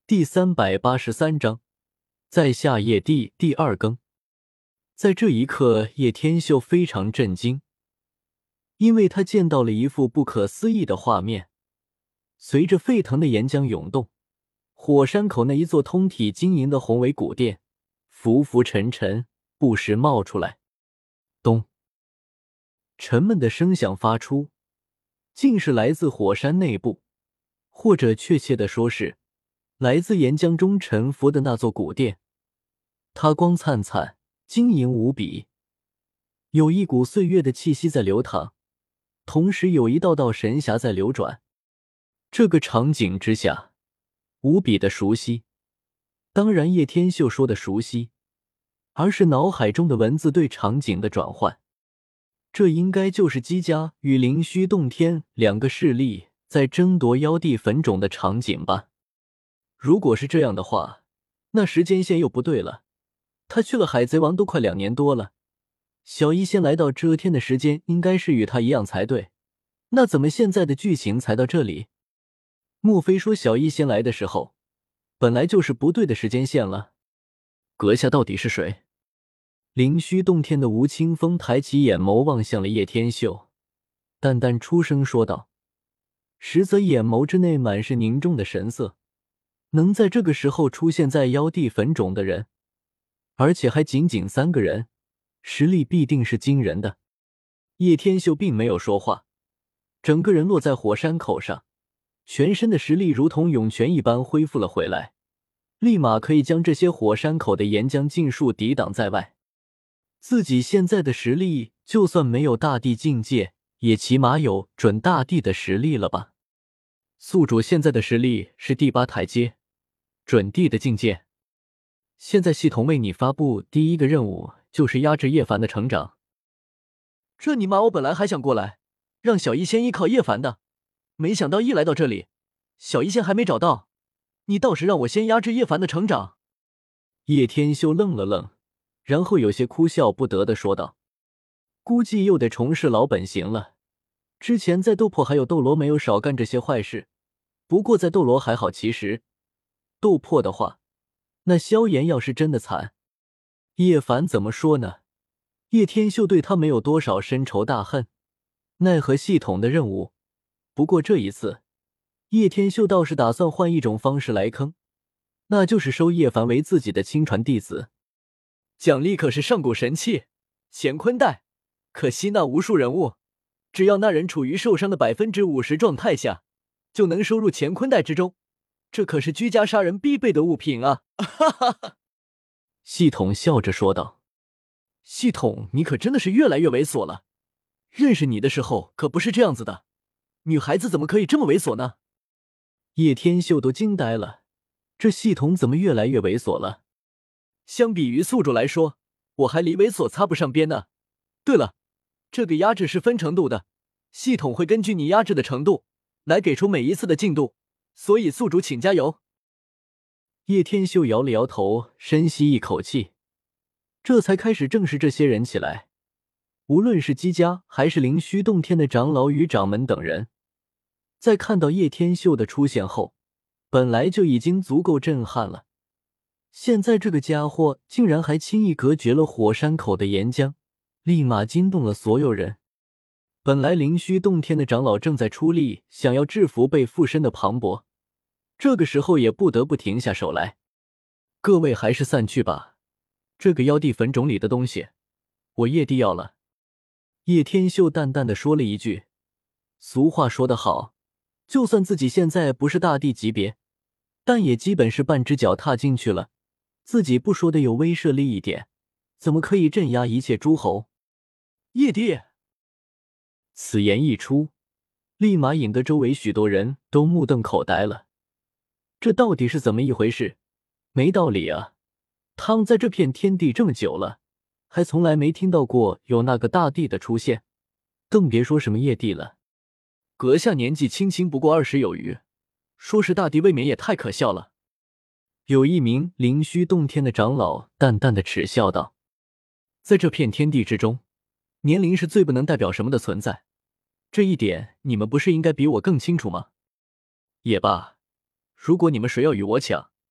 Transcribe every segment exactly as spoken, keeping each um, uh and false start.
第三百八十三章，在下叶帝第二更。在这一刻，叶天秀非常震惊，因为他见到了一幅不可思议的画面。随着沸腾的岩浆涌动，火山口那一座通体晶莹的宏伟古殿浮浮沉沉，不时冒出来。咚！沉闷的声响发出，竟是来自火山内部，或者确切地说是来自岩浆中沉浮的那座古殿。它光灿灿，晶莹无比，有一股岁月的气息在流淌，同时有一道道神霞在流转。这个场景之下，无比的熟悉。当然叶天秀说的熟悉，而是脑海中的文字对场景的转换。这应该就是姬家与灵虚洞天两个势力在争夺妖帝坟冢的场景吧。如果是这样的话，那时间线又不对了。他去了海贼王都快两年多了，小医仙来到遮天的时间应该是与他一样才对，那怎么现在的剧情才到这里？莫非说小医仙来的时候本来就是不对的时间线了？阁下到底是谁？灵虚洞天的吴青风抬起眼眸望向了叶天秀，淡淡出声说道，实则眼眸之内满是凝重的神色。能在这个时候出现在妖帝坟冢的人，而且还仅仅三个人，实力必定是惊人的。叶天秀并没有说话，整个人落在火山口上，全身的实力如同涌泉一般恢复了回来，立马可以将这些火山口的岩浆尽数抵挡在外。自己现在的实力就算没有大帝境界，也起码有准大帝的实力了吧。宿主现在的实力是第八台阶，准帝的境界。现在系统为你发布第一个任务，就是压制叶凡的成长。这尼玛，我本来还想过来让小医仙依靠叶凡的，没想到一来到这里，小医仙还没找到，你倒是让我先压制叶凡的成长。叶天秀愣了愣，然后有些哭笑不得地说道，估计又得重拾老本行了。之前在斗破还有斗罗没有少干这些坏事，不过在斗罗还好，其实斗破的话，那萧炎要是真的惨，叶凡怎么说呢？叶天秀对他没有多少深仇大恨，奈何系统的任务。不过这一次叶天秀倒是打算换一种方式来坑，那就是收叶凡为自己的亲传弟子。奖励可是上古神器乾坤袋，可吸纳无数人物，只要那人处于受伤的 百分之五十 状态下，就能收入乾坤袋之中，这可是居家杀人必备的物品啊！哈哈哈！系统笑着说道。系统，你可真的是越来越猥琐了。认识你的时候可不是这样子的，女孩子怎么可以这么猥琐呢？叶天秀都惊呆了，这系统怎么越来越猥琐了？相比于宿主来说，我还离猥琐擦不上边呢。对了，这个压制是分程度的，系统会根据你压制的程度来给出每一次的进度，所以宿主请加油。叶天秀摇了摇头，深吸一口气，这才开始正视这些人起来。无论是姬家还是灵虚洞天的长老与掌门等人，在看到叶天秀的出现后，本来就已经足够震撼了，现在这个家伙竟然还轻易隔绝了火山口的岩浆，立马惊动了所有人。本来灵虚洞天的长老正在出力想要制服被附身的庞博，这个时候也不得不停下手来。各位还是散去吧，这个妖帝坟冢里的东西我叶帝要了。叶天秀淡淡的说了一句，俗话说得好，就算自己现在不是大帝级别，但也基本是半只脚踏进去了，自己不说的有威慑力一点，怎么可以镇压一切诸侯？叶帝！此言一出，立马引得周围许多人都目瞪口呆了。这到底是怎么一回事？没道理啊！他们在这片天地这么久了，还从来没听到过有那个大帝的出现，更别说什么叶帝了。阁下年纪轻轻不过二十有余，说是大帝未免也太可笑了。有一名灵虚洞天的长老淡淡的耻笑道，在这片天地之中，年龄是最不能代表什么的存在，这一点你们不是应该比我更清楚吗？也罢，如果你们谁要与我抢，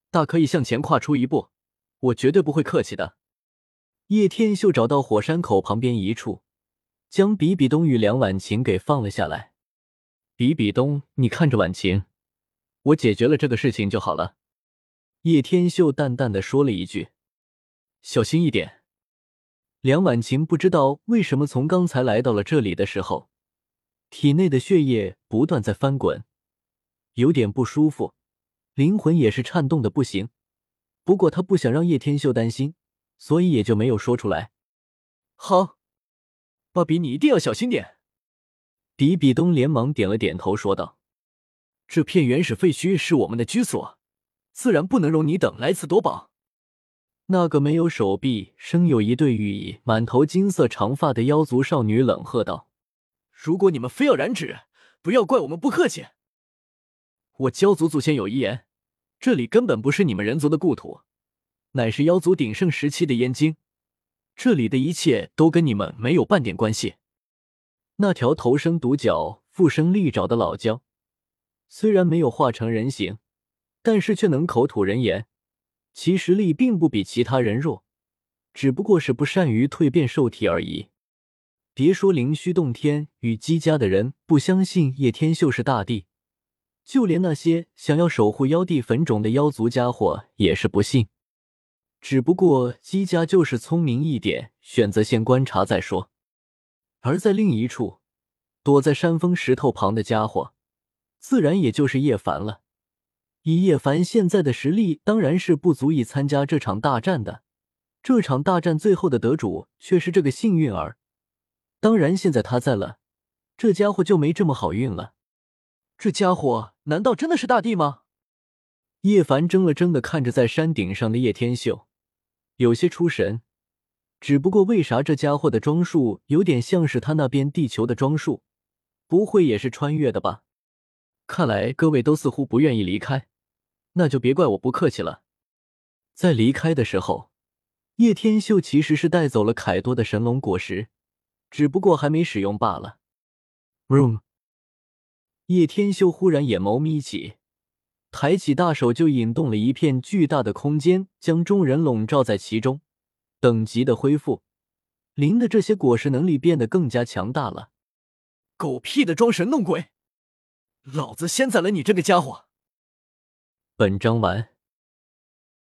大可以向前跨出一步，我绝对不会客气的。叶天秀找到火山口旁边一处，将比比东与梁婉晴给放了下来。比比东，你看着婉晴，我解决了这个事情就好了。叶天秀淡淡的说了一句，小心一点。梁婉晴不知道为什么从刚才来到了这里的时候，体内的血液不断在翻滚，有点不舒服，灵魂也是颤动的不行。不过她不想让叶天秀担心，所以也就没有说出来。好，爸比，你一定要小心点。比比东连忙点了点头说道，这片原始废墟是我们的居所，自然不能容你等来此夺宝。那个没有手臂、生有一对羽翼、满头金色长发的妖族少女冷喝道，如果你们非要染指，不要怪我们不客气。我鲛族祖先有遗言，这里根本不是你们人族的故土，乃是妖族鼎盛时期的燕京，这里的一切都跟你们没有半点关系。那条头生独角、腹生利爪的老鲛，虽然没有化成人形，但是却能口吐人言，其实力并不比其他人弱，只不过是不善于蜕变兽体而已。别说灵虚洞天与姬家的人不相信叶天秀是大帝，就连那些想要守护妖帝坟冢的妖族家伙也是不信。只不过姬家就是聪明一点，选择先观察再说。而在另一处，躲在山峰石头旁的家伙，自然也就是叶凡了。以叶凡现在的实力，当然是不足以参加这场大战的。这场大战最后的得主却是这个幸运儿。当然现在他在了，这家伙就没这么好运了。这家伙难道真的是大帝吗？叶凡怔了怔地看着在山顶上的叶天秀，有些出神。只不过为啥这家伙的装束有点像是他那边地球的装束？不会也是穿越的吧？看来各位都似乎不愿意离开，那就别怪我不客气了。在离开的时候，叶天秀其实是带走了凯多的神龙果实，只不过还没使用罢了。Room。叶天秀忽然眼眸眯起，抬起大手就引动了一片巨大的空间，将众人笼罩在其中。等级的恢复，灵的这些果实能力变得更加强大了。狗屁的装神弄鬼！老子先宰了你这个家伙！本章完。